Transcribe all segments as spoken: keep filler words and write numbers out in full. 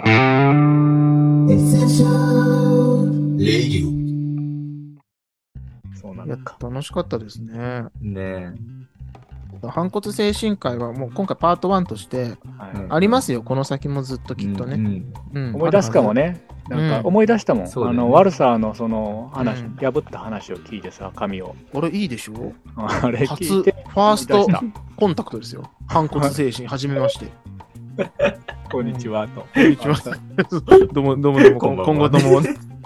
そうなんいやだ。 楽しかったですね。 ね反骨精神科医はもう今回パートワンとしてはいありますよ、この先もずっとえ。 きっとね。 うんうん思い出すかも。ね。なんかうん思い出したもん。 そうだよねあの、ワルサーのその話、 うん破った話を聞いてさ、紙を。 あれいいでしょ。 あれ初聞いて、 ファースト思い出しコンタクトですよ。反骨精神、はじめまして。 たこんにちは、と。 こんにちは。どうもどうもどうも、 こんばんは今後とも。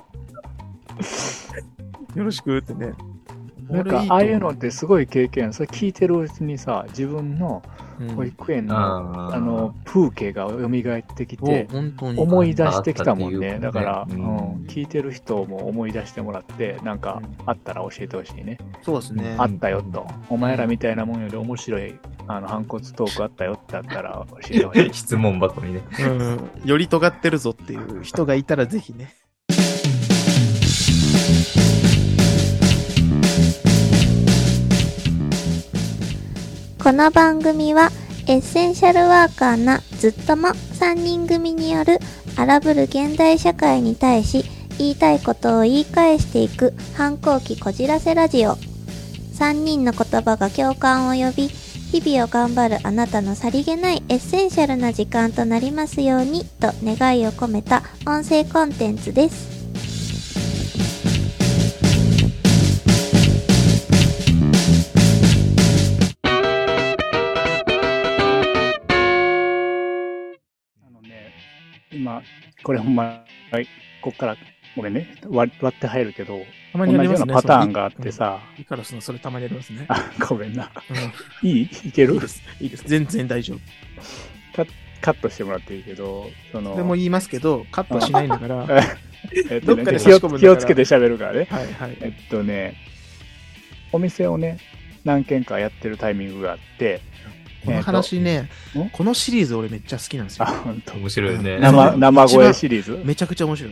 よろしくってね。 なんか、ああいうのってすごい経験。それ聞いてるうちにさ、自分の保育園の、 あーあの、風景が蘇ってきおて、 本当に。 思い出してきたもんね。 あったっていうねだから、 ううんん、聞いてる人も思い出してもらって、なんかうん、 あったら教えてほしいね。 そうですね。 あったよと。お前らみたいなもんより面白い、あの、反骨トークあったよってあったら教えてほしい。 質問箱にね。 うん。より尖ってるぞっていう人がいたらぜひね。 この番組はエッセンシャルワーカーなずっともさんにん組による荒ぶる現代社会に対し言いたいことを言い返していく反抗期こじらせラジオ。さんにんの言葉が共感を呼び、日々を頑張るあなたのさりげないエッセンシャルな時間となりますようにと願いを込めた音声コンテンツです。 あのね、今、これほんま、はい、こっから、ごめんね、割割って入るけど、 たま同じようにありますね。 なパターンがあってさ、 イカロスのそれたまにありますね。 あ、ごめんな。 うんいいいけるいいです。いいです。全然大丈夫。 カカットしてもらっていいけど、その、 でも言いますけど、カットしないんだから。はえっとねどっかで気を差し込むんだから気をつけて喋るからね。 いはい。 えっとね、お店をね、何軒かやってるタイミングがあって、 この話ねえーとん、 このシリーズ俺めっちゃ好きなんですよあ、。本当。 面白いよね。 生、 うん生声シリーズめちゃくちゃ面白い。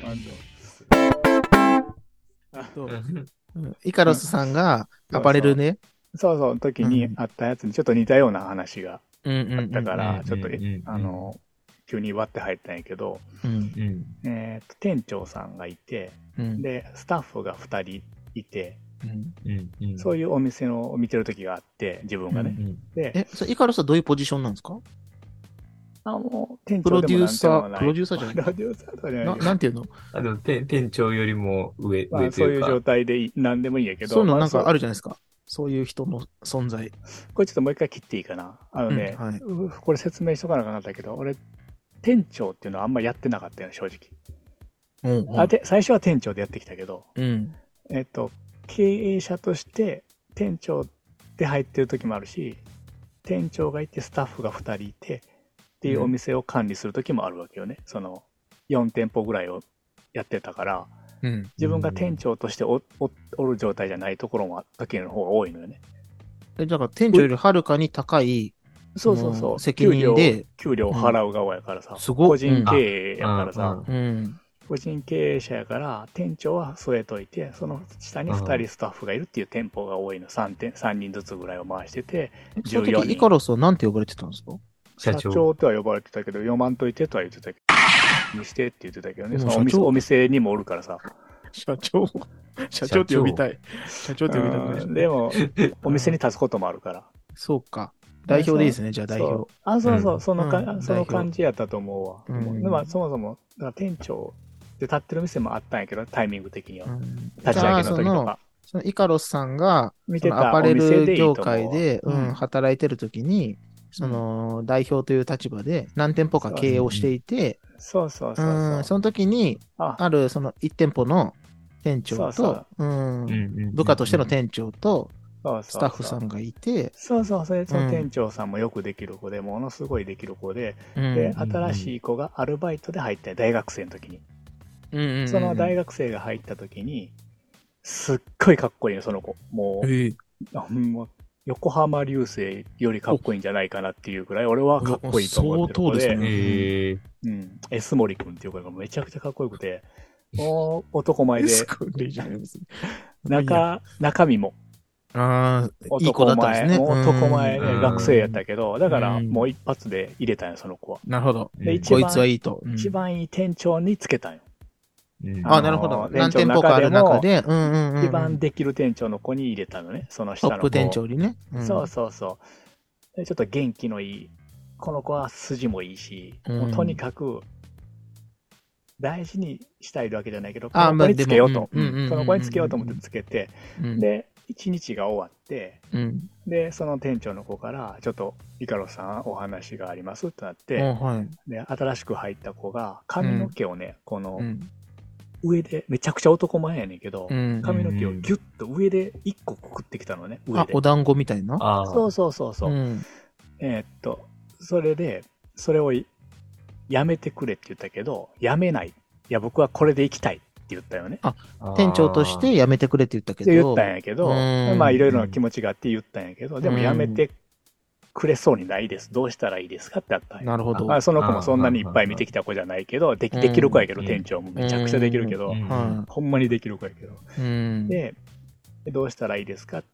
そううんうんイカロスさんがアパレルね。 そうそう、時にあったやつにちょっと似たような話がうんうんうん。 だから、 うんちょっと、 うんうんあの、急に割って入ったんやけど、 うんうんえーと、店長さんがいて、 うんで、スタッフがふたりいて、 うんうんうんそういうお店のを見てる時があって、自分がね。 うんで、 え、それイカロスはどういうポジションなんですか？ あの、店プロ長でもなんデューサー、 てのもない。 プロデューサーじゃないプロデューサーとかじゃないなけどなんていうの？ あでも店店長よりも上まあ、 上というかそういう状態でいい何でもいいんやけど、 そういうのなんかある。 るじゃないですか。そういう人の存在。 これちょっともう一回切っていいかな。あのね、 うんはいうこれ説明しとかなかったけど、俺、店長っていうのはあんまやってなかったよ、正直。 うんうんあで最初は店長でやってきたけど、 うん。 えっと、経営者として店長で入ってる時もあるし、店長がいてスタッフがふたりいてっていうお店を管理する時もあるわけよね。そのよん店舗ぐらいをやってたから、 うん。 自分が店長としておおおる状態じゃないところも時の方が多いのよね。 え、だから店長よりはるかに高い、 そうそうそう。 責任で給料、給料を払う側やからさ、 すごっ個人経営やからさ、 うんうん。 個人経営者やから店長は添えといて、その下にふたりスタッフがいるっていう店舗が多いの。さん店、さんにんずつぐらいを回してて、 そのじゅうよにん時イカロスはなんて呼ばれてたんですか？ 社社長長とは呼ばれてたけど、読まんといてとは言ってたけど、にしてって言ってたけどね、 でもそのお店社長お店にもおるからさ。 社長社長って呼びたい。社長って呼びたくない。 うんでも、お店に立つこともあるから。 そうか。代表でいいですね、じゃあ代そう表。 あ、そうそう、 うんそのか、 うんその代表感じやったと思うわ。 うんでまあ、そもそも、だから店長で立ってる店もあったんやけど、タイミング的には。 うん立ち上げの時とじゃあそのか。 そのイカロスさんが、 見てたそのアパレお店ル業でいいと思う界で、 うんうん、働いてる時に、その代表という立場で何店舗か経営をしていて、 そうそうそううん、 そう。 その時に、 あ、 あるそのいち店舗の店長そうそと、うんうんうん部下としての店長とそうそうスタッフさんがいて、 そうそう、それそのうん店長さんもよくできる子で、ものすごいできる子で、 うんで、新しい子がアルバイトで入ったよ大学生の時に。 うんうんうんその大学生が入った時に、すっごいかっこいいよ、その子。もう、 ええあもう横浜流星よりかっこいいんじゃないかなっていうくらい、俺はかっこいいと思ってる子で、 相当ですねへえ。 うん、S 森くんっていう子がめちゃくちゃかっこよくて、もう男前で、 すごいじゃないです中、中身も、 ああ、いい子だったんですね。 男前、男前でうん学生やったけど、だからうんもう一発で入れたんよ、その子は。 なるほど。 で、一こいつは番、 いいと。うん一番いい店長につけたんよ。 うんあ、なるほど。 店何店長の中で舗かある中も、 で、うんうんうん。 一番できる店長の子に入れたのね、その下の子。 トップ店長にね。うんそうそうそう。でちょっと元気のいい、この子は筋もいいし、 うんもうとにかく、大事にしたいわけじゃないけど、こあの子につけようと。 まあでもうんうんうんうんこの子につけようと思ってつけて、 うん、 で、一日が終わって、 うん。 で、その店長の子から、ちょっと、イカロスさんお話がありますってなっおて、 はい。 で、新しく入った子が、髪の毛をね、このう、ん。 上で、めちゃくちゃ男前やねんけど、 うん。 髪の毛をギュッと上で一個くくってきたのね、上で、。 あお団子みたいな。 ああ。 そうそうそうそう。 ん。 えーっと、それで、それをやめてくれって言ったけど、やめない。いや、僕はこれで行きたいって言ったよね。 店長として辞めてくれって言ったけど。 って言ったんやけど、 うんまあいろいろな気持ちがあって言ったんやけど、でもうんやめてくれそうにないです。どうしたらいいですかってあったんや。 なるほど。 まあ、その子もそんなにいっぱい見てきた子じゃないけど、できできる子やけど、 うん店長もめちゃくちゃできるけど、 うんはほんまにできる子やけど。 い。うん。 で、でどうしたらいいですかって、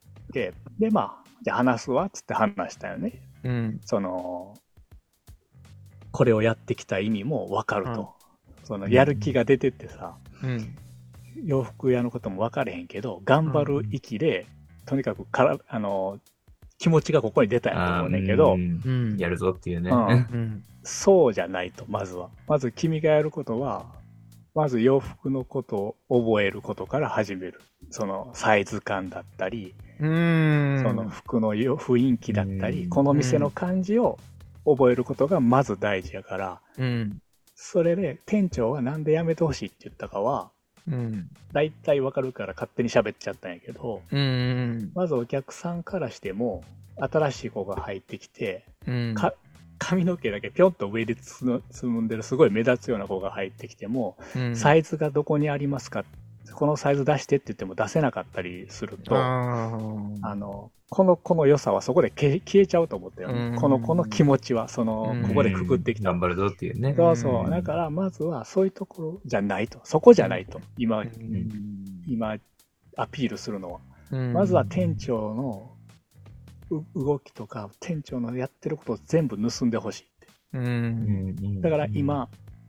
で、まあ、じゃあ話すわっつって話したよね。 うん。 その、これをやってきた意味もわかると。 うんその、やる気が出てってさ、 うん。 洋服屋のことも分かれへんけど、頑張る域で、とにかくから、あの、気持ちがここに出たんやと思うねんけど、 うんうん。 やるぞっていうね。 うんうん。 そうじゃないと、まずは。まず君がやることは、まず洋服のことを覚えることから始める。そのサイズ感だったり、 うん。 その服のよ雰囲気だったり、 うんこの店の感じを覚えることがまず大事やから、 うん。 それで店長はなんでやめてほしいって言ったかは、 うん。 大体わかるから勝手に喋っちゃったんやけど、 うん。 まずお客さんからしても、新しい子が入ってきて、 うん。 か髪の毛だけぴょんと上でつのつむんでるすごい目立つような子が入ってきても、 うんサイズがどこにありますか、このサイズ出してって言っても出せなかったりすると、ああのこの子の良さはそこで消え消えちゃうと思ったよ、 うんこの子の気持ちはその、 うんここでくくってきた、 頑張るぞっていうね。 そうそう、だからまずはそういうところじゃないと、そこじゃないと、今、 あ。 今アピールするのは、 うんまずは店長のう動きとか店長のやってることを全部盗んでほしい。 うん。 だから今、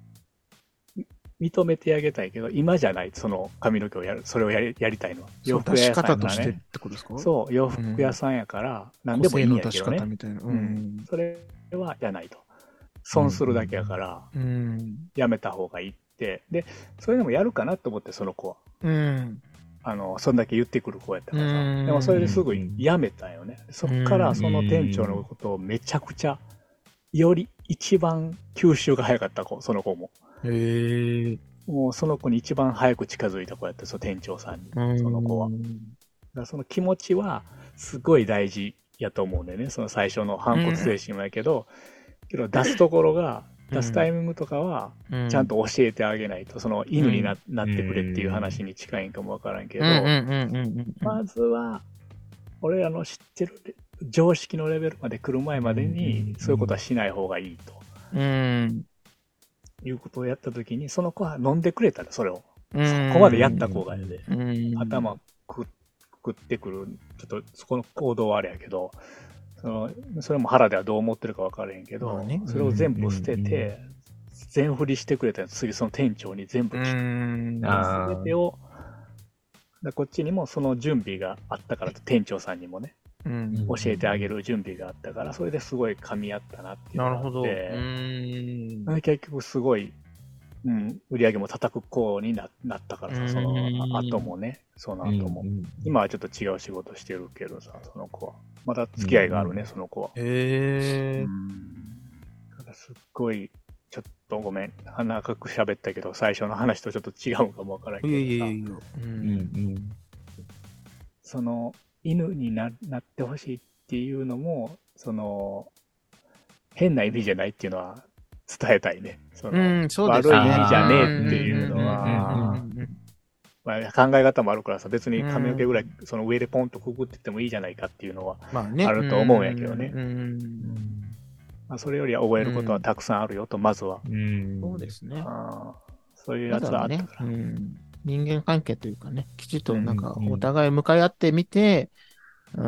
認めてあげたいけど、今じゃない、その髪の毛をやる、それをやりやりたいのは。洋服出し屋さんや方としてっからね。 てことですかそう、洋服屋さんやから、何でもいいんやけど個性の出し方ね。 みたいな。ううんん。それはやないと。損するだけやから、 うん。 やめた方がいいって。で、それでもやるかなと思って、その子は。 うん。 あの、そんだけ言ってくる子やったからうんさ。でもそれですぐやめたんよね。そっからその店長のことをめちゃくちゃ、より一番吸収が早かった子、その子も。 へえ。 もうその子に一番早く近づいた子やった、その店長さんに、その子は。だからその気持ちはすごい大事やと思うんだよね。その最初の反骨精神もやけど、けど出すところが、出すタイミングとかは、ちゃんと教えてあげないと、その犬に な,、なってくれっていう話に近いんかもわからんけど、まずは、俺らの知ってる常識のレベルまで来る前までに、そういうことはしない方がいいと。 うん。 いうことをやったときに、その子は飲んでくれたら、それを。 うん。 そこまでやった子がやで。 うん。 頭くくってくる、ちょっとそこの行動はあれやけど、そのそれも腹ではどう思ってるか分からへんけど、 まあねそれを全部捨てて、全振りしてくれたら次その店長に全部う聞く。 ん。 あー全てを、でこっちにもその準備があったからと、店長さんにもね、 うん。 教えてあげる準備があったから、それですごい噛み合ったなっていうのがあって、 なるほど。うん。 で結局すごい、うん、売り上げも叩く子に な, なったからさ、その後もね、その後も。今はちょっと違う仕事してるけどさ、その子は。まだ付き合いがあるね、 うんその子は。 へえう。ん。だからすっごい、ちょっとごめん、鼻赤く喋ったけど、最初の話とちょっと違うかもわからんけいやいどさ、 やいや。う。 うんんその、犬に な, なってほしいっていうのも、その、変な意味じゃないっていうのは伝えたいね。そのうん、そうですね。 悪い意味じゃねえっていうのうんは、まあ、考え方もあるからさ、別に髪の毛ぐらいその上でポンとくくってってもいいじゃないかっていうのは、 まあね。 あると思うんやけどねうん。 まあ、それよりは覚えることはたくさんあるよと、まずは。 うん。 そうですね。 あーそういうやつはあったねか。ら。 うん。人間関係というかね、きちっとなんかうんお互い向かい合ってみて、 うん。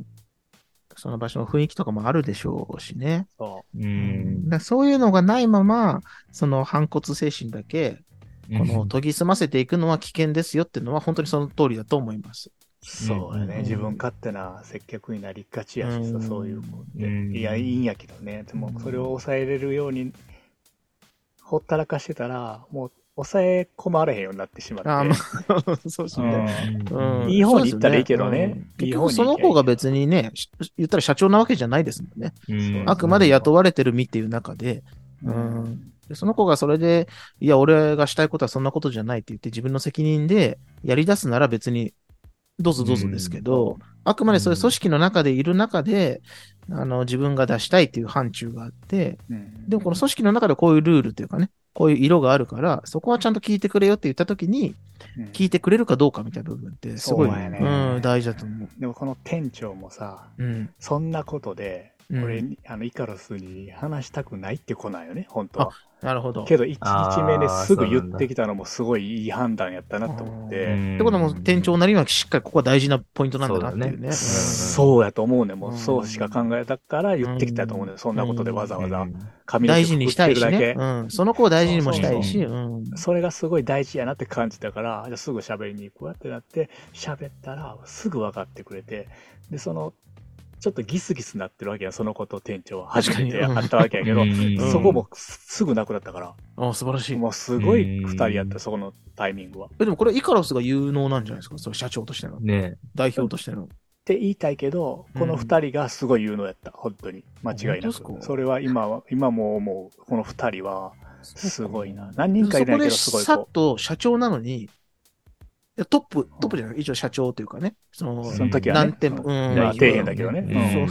その場所の雰囲気とかもあるでしょうしね。 そうん。 だからそういうのがないまま、その反骨精神だけ、この研ぎ澄ませていくのは危険ですよっていうのは本当にその通りだと思います。 う。そうやね、 うん自分勝手な接客になりがちやしさ、 うんそういう子って。 うんいや、いいんやけどね。でも、それを抑えれるように、ほったらかしてたら、もう、抑え込まれへんようになってしまって。 あまあ、そうですね。 うんうんいい方に行ったらいいけどねそうですようんいい方に行きゃいい結局その子が別にね、し言ったら社長なわけじゃないですもんね。 うんあくまで雇われてる身っていう中で、 ううんんでその子がそれで、いや、俺がしたいことはそんなことじゃないって言って自分の責任でやり出すなら別に、どうぞどうぞですけど、あくまでそういう組織の中でいる中で、あの、自分が出したいっていう範疇があって、 うんでもこの組織の中でこういうルールっていうかね、こういう色があるから、そこはちゃんと聞いてくれよって言ったときに、 うん聞いてくれるかどうかみたいな部分って、すごい、 そうやねうん、大事だと思う。 でもこの店長もさ、 うん。 そんなことで、 うん俺、あの、イカロスに話したくないって子なんよね、本当は。 なるほど。 けど、一日目ですぐあーそうなんだ言ってきたのもすごいいい判断やったなと思って、 うんってことはもう店長なりにはしっかりここは大事なポイントなんだなっていうね。 そうだねうんそうやと思うね。もううんそうしか考えたから言ってきたと思うね。そんなことでわざわざ髪の毛大事にしたいしね。 くくってるだうん。その子を大事にもしたいし。 そううん。 け。それがすごい大事やなって感じたから、じゃあすぐ喋りに行くわってなって、喋ったらすぐ分かってくれて、で、その、ちょっとギスギスなってるわけや、その子と店長は初めて会ったわけやけど、 うんそこもすぐなくなったから、 あ、素晴らしい。 もうすごい二人やった、そこのタイミングは。っえでもこれイカロスが有能なんじゃないですか、それ社長としての。 ね代表としての。 て言いたいけど、この二人がすごい有能やった、本当に。間違いな本当ですかく。それは今は、今も思う、この二人は、すごいな。何人かいないけど、すごい子そこでさっ。と社長なのに、いやトップ、トップじゃない、一応社長というかね。その、 その時はね。 何店舗、うん。 まあ、底辺だけどね。 うん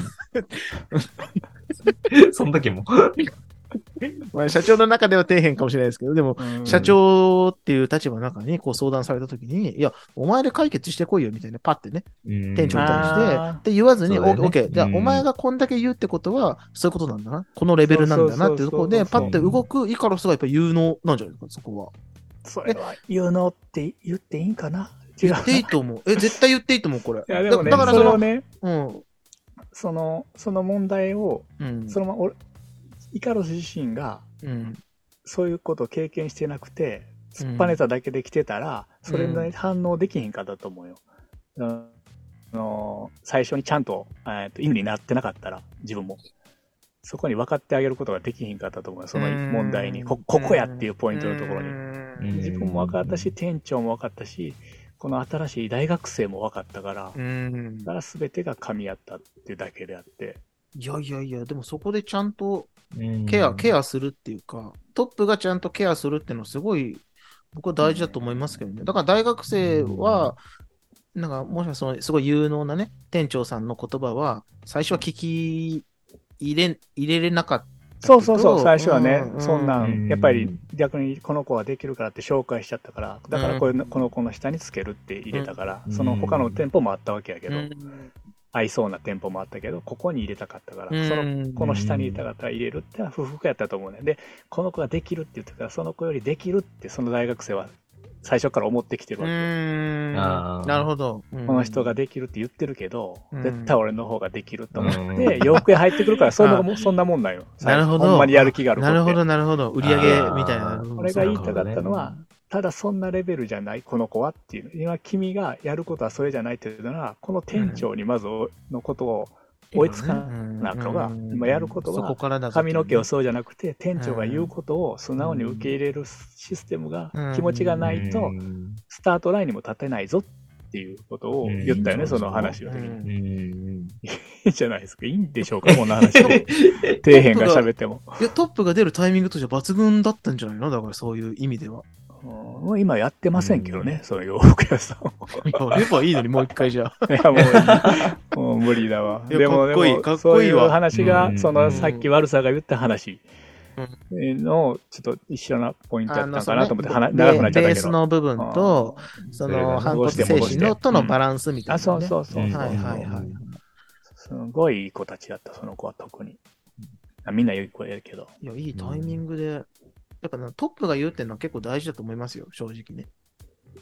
うんその時も。 まあ、社長の中では底辺かもしれないですけど、でも、 うん社長っていう立場の中にこう相談されたときに、いや、お前で解決してこいよみたいな、パッてね、店長に対して、 あーって言わずに、 そうだよねオッケー、じゃあ、 うんお前がこんだけ言うってことは、そういうことなんだな。このレベルなんだなっていうところで、 そうそうそうそうパッて動くイカロスがやっぱ有能なんじゃないですか、そこは。 それは有能って言っていいんかな違う言っていいと思う。え、絶対言っていいと思う、これ。 いや、でもね、 だからその、 それをね、 うん。 その、その問題を、 うん。 そのまま、俺、イカロス自身が、 うん。 そういうことを経験してなくて、突っぱねただけで来てたら、それに反応できへんかったと思うよ。あの最初にちゃんと、えーと犬になってなかったら、自分も。そこに分かってあげることができへんかったと思うよ。その問題に。こ、ここやっていうポイントのところに。 うん自分も分かったし、店長も分かったし、この新しい大学生も分かったから、 うん。 だから全てが噛み合ったっていうだけであって。 いやいやいや、でもそこでちゃんとうんケア、ケアするっていうか、トップがちゃんとケアするっていうのはすごい、僕は大事だと思いますけどね。だから大学生は、なんか、もしかしたらその、すごい有能なね、店長さんの言葉は、最初は聞き入れ、入れれなかったけど。 そうそうそう、最初はね、 うんそんなうんん、やっぱり逆にこの子はできるからって紹介しちゃったから、だからこれ、 うんこの子の下につけるって入れたから、 うんその他の店舗もあったわけやけど、 うん合いそうな店舗もあったけど、ここに入れたかったから、 うんその、この下に入れたかったら入れるってのは不服やったと思うね。で、この子ができるって言ってたから、その子よりできるって、その大学生は最初から思ってきてるうわけよ。 ん。 あーなるほど。ここの人ができるって言ってるけど、 うん絶対俺の方ができると思って、 うん洋服屋入ってくるから、そんなもんそんなもんなんよ。 なるほど。 ほんまにやる気がある子って。 なるほど、なるほど。売り上げみたいな。 俺が言いたかったのは、 なるほどねただそんなレベルじゃない、この子はっていう。今、君がやることはそれじゃないっていうのは、この店長にまずのことを追いつかなあかんが、今やることそこは、 からだぞ髪の毛をそうじゃなくて、店長が言うことを素直に受け入れるシステムが、 うん気持ちがないとう、んスタートラインにも立てないぞっていうことを言ったよね、 うんその話を時うに。 うんいいんじゃないですか。いいんでしょうか、こんな話を。底辺が喋っても。 いや、トップが出るタイミングとしては抜群だったんじゃないのだからそういう意味では。 もう今やってませんけどね、その洋服屋さんを。 やればいいのにもう一回じゃあ。 いや、もう、もう無理だわ。 いやでも、 かっこいいでもかっこいいわそういう話が、 うんその、さっき悪さが言った話の、ちょっと一緒なポイントやったのかなと思って、 あのはな長くなっちゃったベーけど。 スの部分と、その反骨精神のとのバランスみたいな、 あ、 ね。 そうそうそう。 うんはいはいはい。 すごいいい子たちだった、その子は特に。あみんないい子やるけど。 いや、いいタイミングで、やっぱなトップが言うっていうのは結構大事だと思いますよ、正直ね。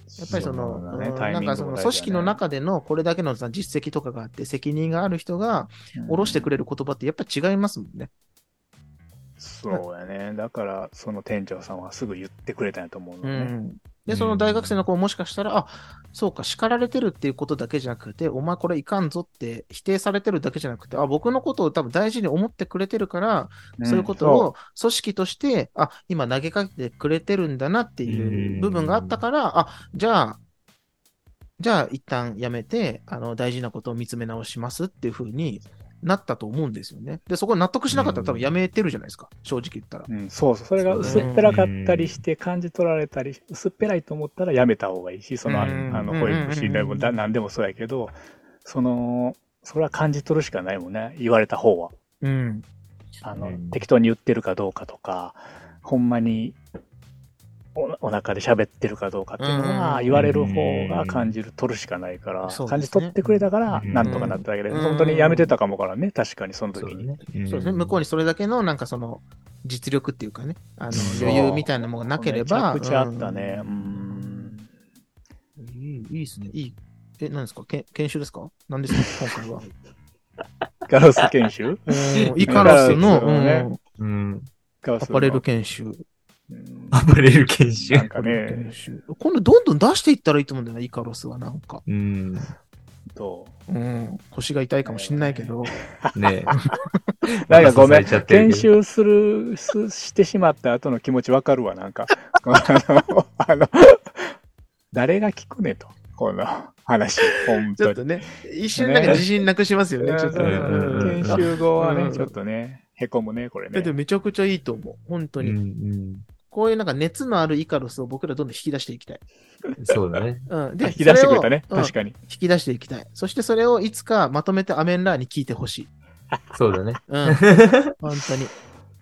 やっぱりその、 そうだねうんタイミングも大事だねなんかその組織の中でのこれだけのさ実績とかがあって責任がある人が下ろしてくれる言葉ってやっぱ違いますもんね。 そうやね。だから、その店長さんはすぐ言ってくれたんやと思うのうね。 ん。で、その大学生の子もしかしたら、あ、そうか、叱られてるっていうことだけじゃなくて、お前これいかんぞって否定されてるだけじゃなくて、あ、僕のことを多分大事に思ってくれてるから、 うんそういうことを組織として、あ、今投げかけてくれてるんだなっていう部分があったから、あ、じゃあ、じゃあ一旦やめて、あの、大事なことを見つめ直しますっていうふうになったと思うんですよね。で、そこ納得しなかったら多分やめてるじゃないですか、正直言ったら。 うん、そうそう。それが薄っぺらかったりして感じ取られたり、薄っぺらいと思ったらやめた方がいいし、その、あうんの、保育士でもだ何でもそうやけど、その、それは感じ取るしかないもんね。言われた方は。 うん。 あの、 うん適当に言ってるかどうかとか、ほんまにお、お腹で喋ってるかどうかっていうのは、 うん言われる方が感じる、取るしかないから、 そうですね感じ取ってくれたから、 うんなんとかなっただけで、 うん本当にやめてたかもからね、確かにその時に。 そうだね。 そうですね。向こうにそれだけの、なんかその、実力っていうかね、あの、 そう余裕みたいなものがなければ。 めちゃくちゃあったね。うん。 うんいい、いいですね。いい。え、何ですかけ研修ですか何ですか今回は。 ガロス研修うんイカロスの、 イカロスのねうんうん。 ガロスのアパレル研修。 うんアパレル研修な。んかね研、修今度どんどん出していったらいいと思うんだよな、イカロスはなんか。 うん。 と、 うん。腰が痛いかもしんないけど。 ねなんかごめん、 任されちゃってる研けど修する、すしてしまった後の気持ちわかるわ、なんか。あの、あの誰が聞くねと、この話、本当に。 ちょっとね、一瞬なんか自信なくしますよね、 ねちょっと。 うんうんうん研修後はね、 うんちょっとね、へこむね、これだってね。 めちゃくちゃいいと思う。本当に。 うんうん。 こういうなんか熱のあるイカロスを僕らどんどん引き出していきたい。 そうだね。 うん。で、 引き出してくれたね、 それを確かに。 うん引き出していきたい。そしてそれをいつかまとめてアメンラーに聞いてほしい。 そうだね。 うん。本当に。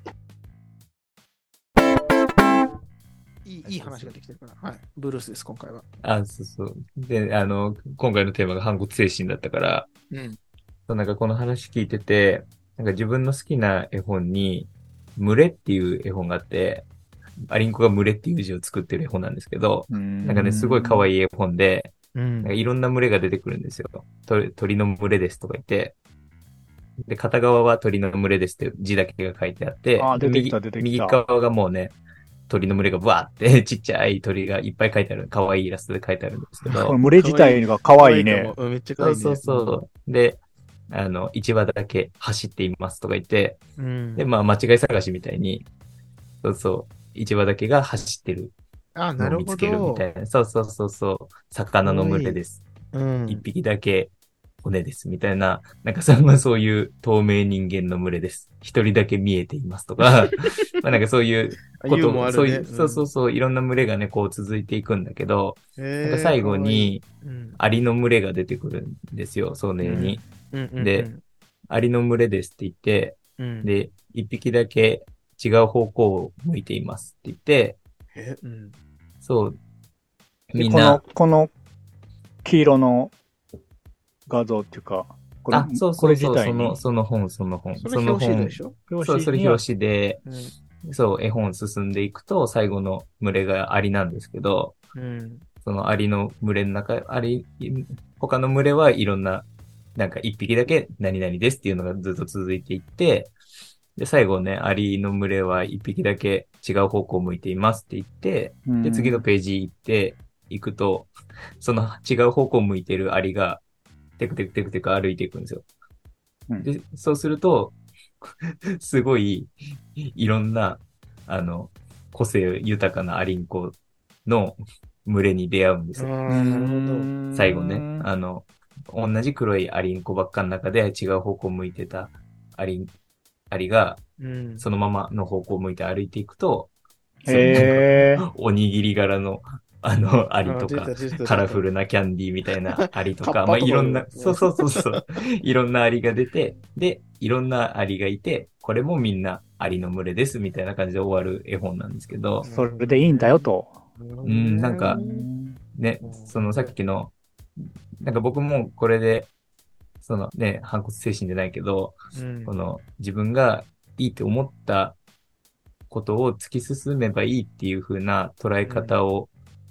いい、いい話ができてるから。はい。ブルースです、今回は。 あ、そうそう。で、あの、今回のテーマが反骨精神だったから、 うん。 そうなんかこの話聞いてて、なんか自分の好きな絵本に、群れっていう絵本があって、アリンコが群れっていう字を作ってる絵本なんですけど、 ななんかね、すごい可愛い絵本で、 うんなんかいろんな群れが出てくるんですよ。鳥鳥の群れですとか言って、で、片側は鳥の群れですって字だけが書いてあって、 あー出てきた右出てきた右側がもうね、鳥の群れがブワーってちっちゃい鳥がいっぱい書いてある、可愛いイラストで書いてあるんですけど、 これ群れ自体が可愛いね。 うんめっちゃ可愛いね。 そうそうそう。で、あの、一羽だけ走っていますとか言って、 うん。 で、まあ、間違い探しみたいに、そうそう、一羽だけが走ってるあ、なるほのを見つけるみど。 たいな。そうそうそうそう、魚の群れです。 うん。 一匹だけ骨ですみたいな、なんかそれはそういう透明人間の群れです。一人だけ見えていますとか、まあなんかそういうこユーモアあと、 るねそういう、そうそうそう、いろんな群れがね、こう続いていくんだけど、 ななんか最後に、 うんアリの群れが出てくるんですよ、その絵に。 うんうんでアリの群れですって言って、 うん、 で、一匹だけ違う方向を向いていますって言って、 え、うん。 そう、 でこのみんな、、 この黄色の画像っていうか、これあ、そうこそうそう、 れ自体にその、その本、その本、 それ表紙でしょそう、それには表紙で、そう、絵本進んでいくと、最後の群れがアリなんですけど、 うん。 そのアリの群れの中、アリ、他の群れはいろんな、なんか一匹だけ何々ですっていうのがずっと続いていって、で、最後ね、アリの群れは一匹だけ違う方向を向いていますって言って、 うんで、次のページ行って、行くと、その違う方向を向いてるアリが、テクテクテクテク歩いていくんですよ。 うんで、そうすると、すごい、いろんな、あの、個性豊かなアリンコの群れに出会うんですよ。 ああ、なるほど。 最後ね、あの、同じ黒いアリンコばっかの中で違う方向を向いてたアリン、アリが、 うん。 そのままの方向を向いて歩いていくと、 へー。 おにぎり柄の、あの、アリとあか、 出た出たカラフルなキャンディーみたいなアリとか、 カッパとかまあいろんなう、んそうそうそうそう、いろんなアリが出て、で、いろんなアリがいて、これもみんなアリの群れですみたいな感じで終わる絵本なんですけど、 それでいいんだよと。 うんなんかね、そのさっきの、なんか僕もこれで、そのね、反骨精神じゃないけど、 うん、 この自分がいいって思ったことを突き進めばいいっていう風な捉え方を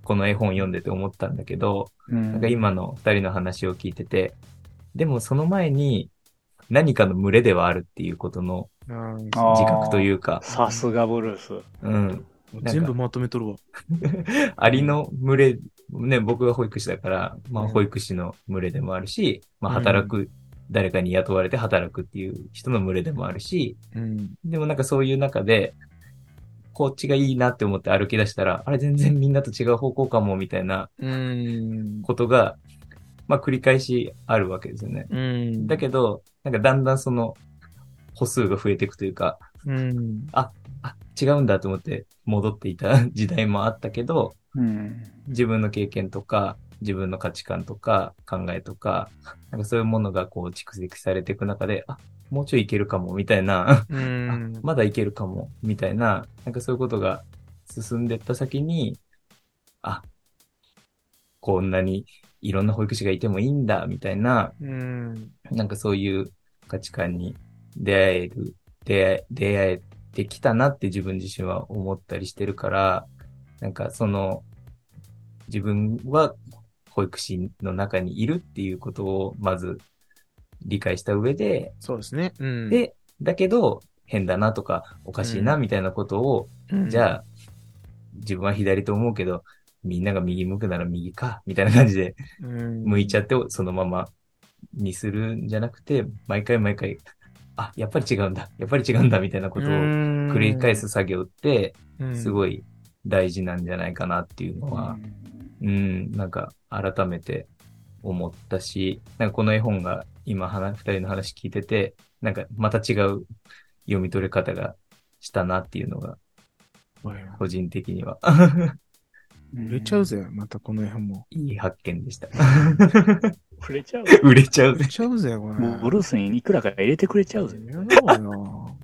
この絵本読んでて思ったんだけど、 うんなんか今の二人の話を聞いてて、でもその前に何かの群れではあるっていうことのうん自覚というか、 さすがブルース。 うん。 全部まとめとるわ。 アリの群れ、ね、僕が保育士だから、まあうん保育士の群れでもあるし、まあ働く、誰かに雇われて働くっていう人の群れでもあるし、 うん。 でもなんかそういう中で、こっちがいいなって思って歩き出したら、あれ全然みんなと違う方向かもみたいなうん。 ことが、まあ繰り返しあるわけですよね。 うん。 だけど、なんかだんだんその歩数が増えていくというか、 うん。 あ、違うんだと思って戻っていた時代もあったけど、 うん。 自分の経験とか、自分の価値観とか考えとか、なんかそういうものがこう蓄積されていく中で、あ、もうちょいいけるかもみたいな、 うあん。 まだいけるかもみたいな、なんかそういうことが進んでった先に、あ、こんなにいろんな保育士がいてもいいんだみたいな、 うん。 なんかそういう価値観に出会える、出会え、出会えてきたなって自分自身は思ったりしてるから、なんかその、自分は保育士の中にいるっていうことをまず理解した上で、 そうですね。うん。 で、だけど変だなとかおかしいなみたいなことを、 うん、 じゃあ自分は左と思うけど、みんなが右向くなら右か、みたいな感じでうん、 向いちゃってそのままにするんじゃなくて、毎回毎回、あ、やっぱり違うんだ、やっぱり違うんだみたいなことを繰り返す作業って、すごい大事なんじゃないかなっていうのは、うん、なんか改めて思ったし、なんかこの絵本が今話、二人の話聞いてて、なんかまた違う読み取れ方がしたなっていうのが、個人的には。 売れちゃうぜ、またこの絵本も。 いい発見でした。 売れちゃう売れちゃうぜ。 売れちゃうぜ、これ。 もうブルースにいくらか入れてくれちゃうぜ。 やだわよ。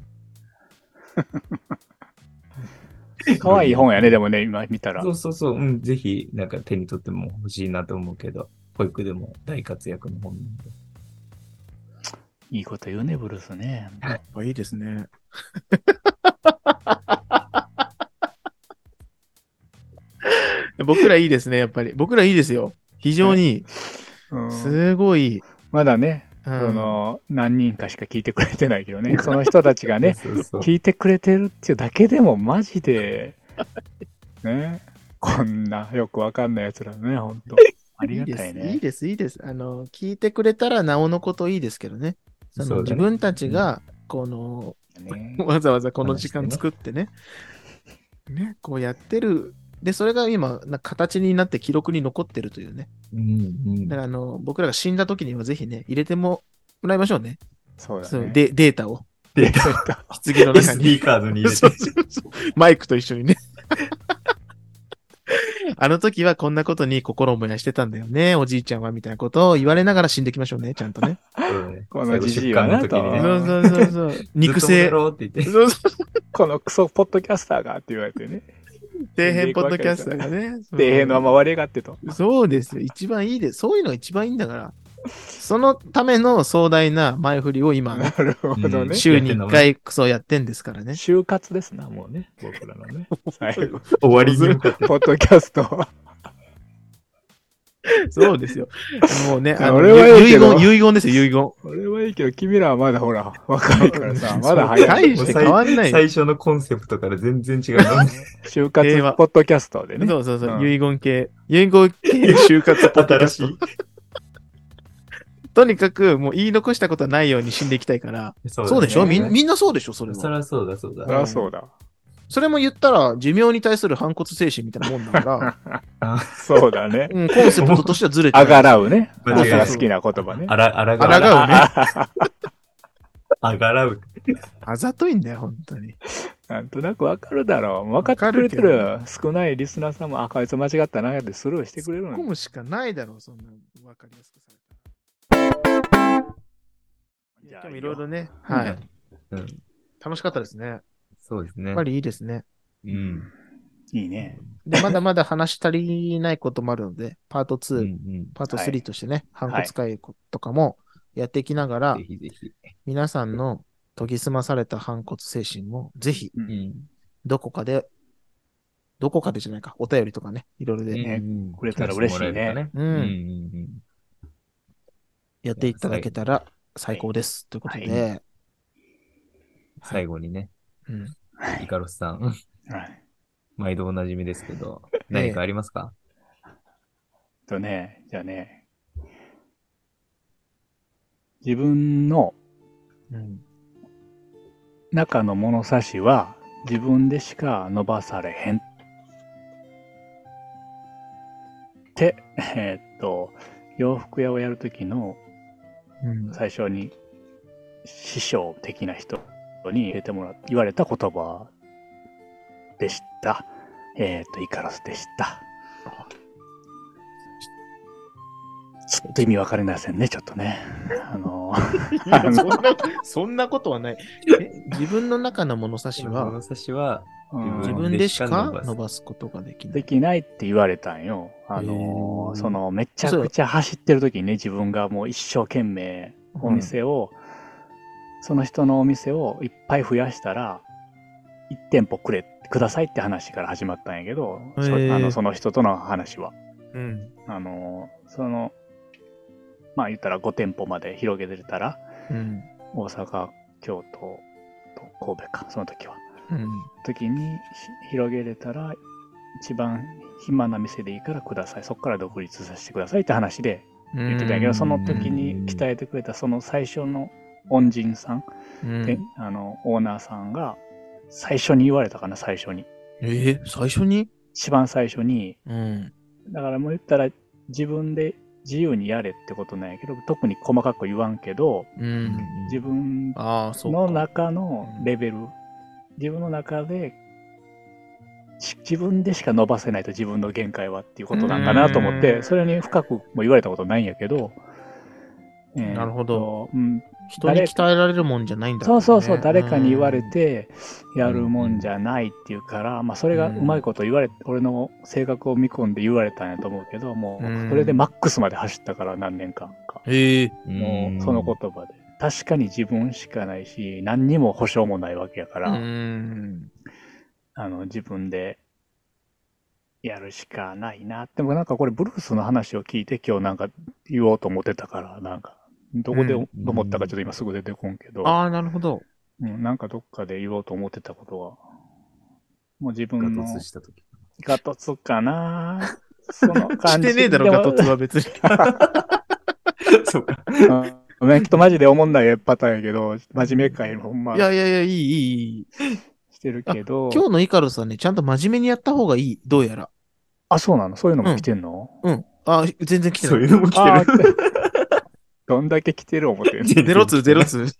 可愛い本やね、でもね、今見たらそ。うそうそう、うん、ぜひ、なんか手に取っても欲しいなと思うけど、保育でも大活躍の本なんで。 いいこと言うね、ブルースね。 やっぱいいですね。僕らいいですね、やっぱり。僕らいいですよ。非常にいい。 うんすごいいい。 まだね、 うんその、何人かしか聞いてくれてないけどね、その人たちがね、 そうそう。 聞いてくれてるっていうだけでもマジで、ね、こんなよくわかんない奴らね、ほんと。ありがたいいいね。 です、いいです。あの、聞いてくれたらなおのこといいですけどね。そのそうだね自分たちが、この、 ねわざわざこの時間作ってね、ね、こうやってる。で、それが今、な形になって記録に残ってるというね。 うんうんだから、あの、僕らが死んだ時にはぜひね、入れてもらいましょうね。 そうだね。 そうでデータを。 データ。 棺の中エスディに。 ー カードに入れそうて。 そうそうマイクと一緒にね。あの時はこんなことに心を燃やしてたんだよね、おじいちゃんは、みたいなことを言われながら死んできましょうね、ちゃんとね。 そうだねこのじじいはな最後出棺の時にね。 とそうそうそうそう。肉声。 ずっとやろうって言って。 そうそうこのクソポッドキャスターがって言われてね。 底辺ポッドキャスターがね。 底辺のまま割れがってと。 そうですよ。一番いいです。そういうのが一番いいんだから。そのための壮大な前振りを今、 なるほどうんね。 週にいっかいクソやってんですからね。 就活ですな、もうね。僕らのね。最後。 終わりに向かって。 ポッドキャスト。 そうですよ。もうね、あの、 俺はいい遺けど言、遺言ですよ、遺言。 俺はいいけど、君らはまだほら、若いからさ、まだ早い。 大して変わんないよ最初のコンセプトから全然違うの。 就活平和ポッドキャストでね。 そうそうそう、 うん遺言系、遺言系就活ポッドキャスト。 新しい。 とにかく、もう言い残したことはないように死んでいきたいから。 そそうでしょみんみみんなそうでしょそれは。 そりゃそうだ、そうだ。 そりゃそうだ。 それも言ったら、寿命に対する反骨精神みたいなもんだから、 あそうだね。 うん、コンセプトとしてはずれてある。 がらうね。あ間違いないなたが好きな言葉ね。 あら、あらあらがうね。 あがらう。 あざといんだよ、本当に。 なんとなくわかるだろう。分かってくれてる少ないリスナーさんも、あ、こいつ間違ったなってスルーしてくれるのに。 突っ込むしかないだろう、そんな、わかりやすくされたら。いや、でもいろいろね、はい。 うん。 楽しかったですね。やっそうですねぱ。りいいですね。 うん。 いいね。 で、まだまだ話し足りないこともあるので、パートツー、 うんうん。 パートスリーとしてね、反はい骨会とかもやっていきながら、 ぜひぜひ。 皆さんの研ぎ澄まされた反骨精神も、ぜひ、 ううんん。 どこかでどこかでじゃないか、お便りとかね、いろいろでねうんくれたら嬉しいね聞かせてもらえるとね。 うんうんうんうんやっていただけたら最高です。ということで、 最後にね、 うん。 イカロスさん、 はい。 毎度おなじみですけど、 ええ何かありますか？ とね、じゃあね、自分のうん。 中の物差しは自分でしか伸ばされへんって、えーっと、洋服屋をやるときのうん。 最初に師匠的な人に入れてもら言われた言葉でした。えーっと、イカロスでした。ちょっと意味わかりませんね、ちょっとね。あの、 いやそんな、そんなことはない。え自分の中の物差しは物差しは、 うん自分でしか伸ばす伸ばすことができない。 できないって言われたんよ。あのへーそのめちゃくちゃ走ってる時にね、自分がもう一生懸命お店を、その人のお店をいっぱい増やしたら、いち店舗くれ、くださいって話から始まったんやけど、そへーあのその人との話は。 うん。 あのその、まあ言ったらご店舗まで広げてたら、 うん。 大阪、京都と神戸か、その時は。 うん。 時にし広げれたら一番暇な店でいいからください、そこから独立させてくださいって話で言ってたんやけど、その時に鍛えてくれたその最初の恩人さん、 うんであのオーナーさんが最初に言われたかな。最初にえー、最初に一番最初に、 うん。 だからもう言ったら自分で自由にやれってことなんやけど、特に細かく言わんけど、 うん。 自分ああ、そうか。 の中のレベル、自分の中でし自分でしか伸ばせないと、自分の限界はっていうことなんかなと思っうて、 んそれに深くも言われたことないんやけど、えーっとなるほど。 うん、 人に鍛えられるもんじゃないんだ、ね。 そうそうそう、誰かに言われうん。 てやるもんじゃないっていうから、まあそれがうまいこと言われ、俺の性格を見込んで言われたんやと思うけど、もうんうそれでマックスまで走ったから、何年間か。 ええもうその言葉で。確かに自分しかないし、何にも保証もないわけやかうら、 ん。 あの自分でやるしかないな。でもなんかこれブルースの話を聞いて今日なんか言おうと思ってたから、なんかどこでうん思ったかちょっと今すぐ出てこんけど、 ああ、なるほど。 うん、なんかどっかで言おうと思ってたことは、もう自ガ分のトツした時。 ガトツかな。その感じ。 してねえだろ、 でもガトツは別に。 そうか。 うんごめん、きっとマジで思んないパターンやけど、真面目かいほんまいやいやいや、いい、いい、いい。 してるけど、 今日のイカロスはね、ちゃんと真面目にやった方がいい。どうやら。 あ、そうなの？そういうのも来てんの？ うん。あ、全然来てそうない。 いうのも来あてる。 ーどんだけ来てる思ってんの？ ゼロツー、ゼロツー。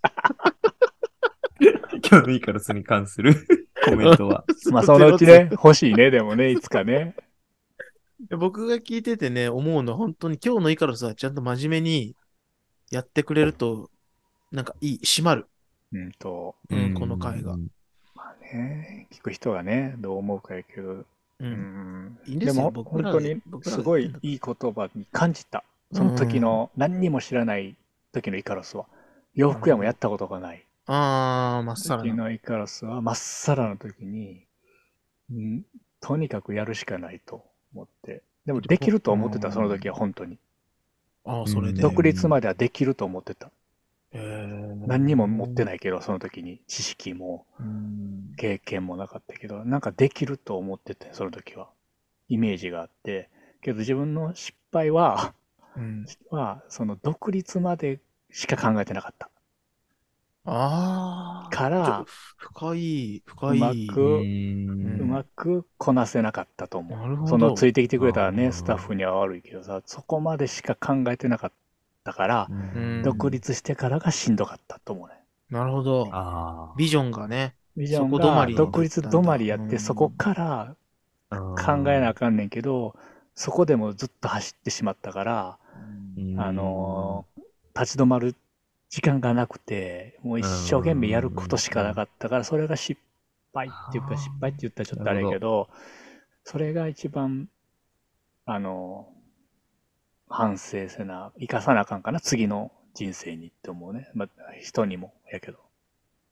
今日のイカロスに関するコメントは。 まあそのうちね、欲しいね、でもね、いつかね。 僕が聞いててね、思うのは本当に今日のイカロスはちゃんと真面目にやってくれると、なんかいい、締まる。 うんと、 うん、この回が。 まあね、聞く人がね、どう思うかやけど、 う。 うんんいいんですよも僕ら本当にで僕らすごいでやってんだいい言葉に感じた。その時の何にも知らない時のイカロスは。洋服屋もやったことがない。 あー、まっさらな。 時のイカロスはまっさらの時に、うんとにかくやるしかないと思って。でもできると思ってた、その時は本当に。 あー、それで。 独立まではできると思ってた。 へー何にも持ってないけど、その時に知識もうん経験もなかったけど、なんかできると思ってて、その時は。イメージがあって。けど自分の失敗は、 うん。 は、その独立までしか考えてなかった。 あー。 からちょ深い、深うい。 まく、 ううまくこなせなかったと思う。 なるほど。 そのついてきてくれたらね、 あースタッフには悪いけどさ、そこまでしか考えてなかったから、 うん独立してからがしんどかったと思うね。 なるほど。 あビジョンがね。 ビジョンそこ止まりが独立止まりやって、 うんそこからあ。 考えなあかんねんけど、そこでもずっと走ってしまったから、あのー立ち止まる時間がなくて、もう一生懸命やることしかなかったから、それが失敗っていうか、 あー失敗って言ったらちょっとあれやけど、それが一番、あのー反省せな、生かさなあかんかな、次の人生にって思うね。まあ、人にもやけど。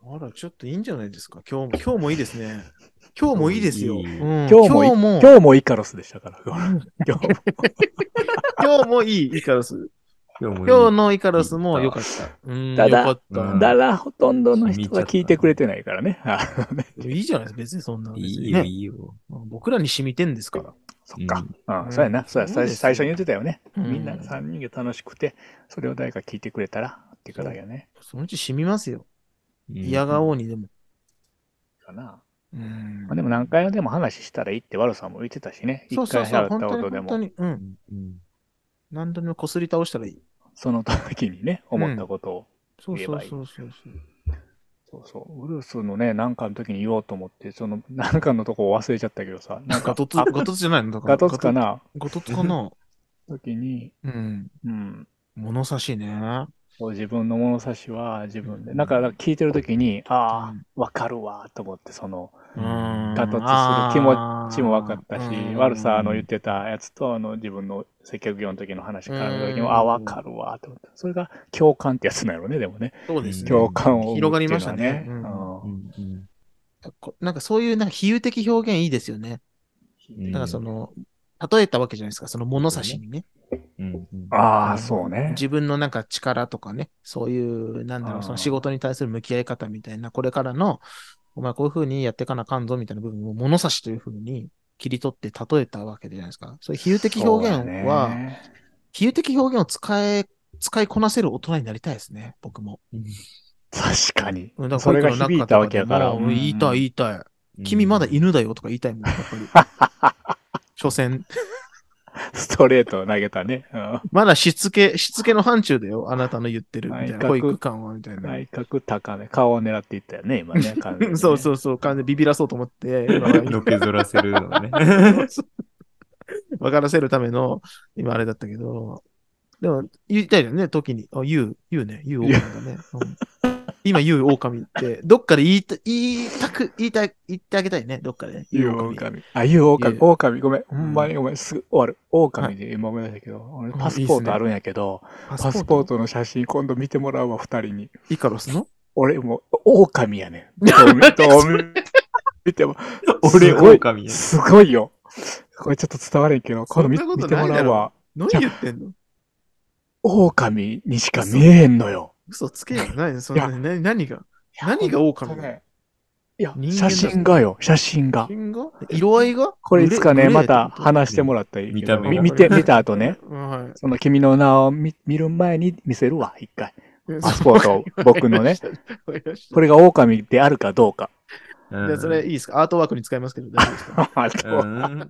あら、ちょっといいんじゃないですか。今日も、今日もいいですね。今日もいいですよ。 いいうん今日もい今日も、 今日もイカロスでしたから。今日も。 今日もいいイカロス。 今日もいい今日のイカロスも良かった。うん、 ただ良かった。 うんだからほとんどの人が聞いてくれてないからね。あのねいいじゃないですか、別にそんな。 いいよ、 別にねいいよ。 僕らに染みてんですから。 そっか。 ううんん、そうやな。そうやそうですよ最最初に言ってたよね。 うんみんなさんにんが楽しくて、それを誰か聞いてくれたらっていうことだよね。 そのうち染みますよ。 うん嫌がおうにでも。 かな。 うんまあ、でも何回でも話したらいいってワルさんも言ってたしね。一そうそうそう、 回払った本当にことでも、 本当に。うん。 うん何度でもこすり倒したらいい。 その時にね、思ったことを。 そうそう言えばいいそうそう。 そうそう。ウルースのね、なんかの時に言おうと思って、その、なんかのとこ忘れちゃったけどさ。なんかガトツ、 あガトツじゃないのだからガトツかなガトツかな時に、 うん。 うん。 物差しね。 そう自分の物差しは自分で。 うんなんか聞いてる時に、あうんあ、わかるわ、と思って、その、 うん。 ガトツする気持ちも分かったし、 うん悪さの言ってたやつと、あの、自分の接客業の時の話絡めた時も、 うんああ、分かるわ、と思って。それが共感ってやつなのね、でもね。 そうですね。 共感を生む広がりっていうのはましたね。 うんうんうんこなんかそういうなんか比喩的表現いいですよね。 うんだからその、例えたわけじゃないですか、その物差しにね。 うんうんああ、そうね。 自分のなんか力とかね、そういう、なんだろう、 あーその仕事に対する向き合い方みたいな、これからの、お前こういう風にやっていかなあかんぞみたいな部分を物差しという風に切り取って例えたわけじゃないですか。そういう比喩的表現そうやは、 ね比喩的表現を使い、使いこなせる大人になりたいですね、僕も。 確かにうんだ。からそれが響いたわけやから。 保育の中とでも言いたい、言いたい。君まだ犬だよとか言いたいもん、やっぱり。所詮。 ストレート投げたね。うんまだしつけ、しつけの範疇だよ、あなたの言ってるみたいな。 内角保育館は、みたいな。 内角高め。顔を狙っていったよね、今ね。完全にねそうそうそう、完全にビビらそうと思って、今のけぞらせるのね。 分からせるための、今あれだったけど、でも、言いたいよね、時に。あ、言う、言うね、言う狼だね。うん今言う狼って、どっかで言いた、言いたく、言いたい、言ってあげたいね、どっかでね。 ゆう狼。 狼。あ、ゆう狼。 言う狼、ごめん。ほんまにごめん。すぐ終わる。狼で今思い出したけど、俺パスポートあるんやけど、 パパスポートの写真今度見てもらうわ、二人に。 イカロスの俺もう、狼やねん。どう見どう見ても。 俺、 すごい狼や。 すごいよ。これちょっと伝われんけど、今度見そんなこと見てもらうわ。 何言ってんの狼にしか見えへんのよ。 嘘つけよ。何そんな、何何が何が狼ほんとねいや、 人間だ写真がよ、写真が。 写真が色合いがこれいつかね、 グレーまた話してもらったらいいけど。 見た目み見て、見た後ね、 はその君の名を見見る前に見せるわ、一回。 い。 パスポートを僕のね。 わかりましたこれが狼であるかどうか。 うんじゃあそれいいですかアートワークに使いますけど大丈夫ですかあうとん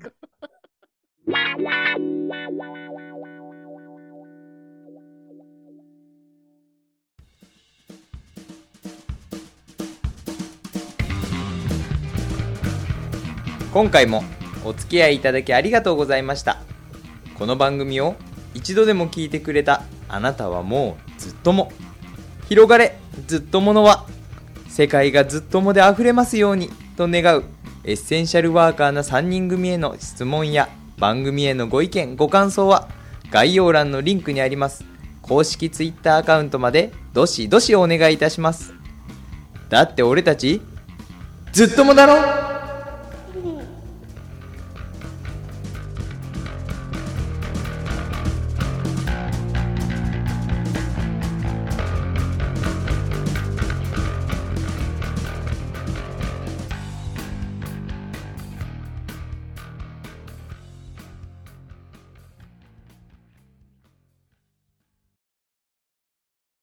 今回もお付き合いいただきありがとうございました。この番組を一度でも聞いてくれたあなたはもうずっとも。広がれずっとものは、世界がずっともであふれますようにと願うエッセンシャルワーカーなさんにん組への質問や番組へのご意見ご感想は概要欄のリンクにあります公式ツイッターアカウントまでどしどしお願いいたします。だって俺たちずっともだろ。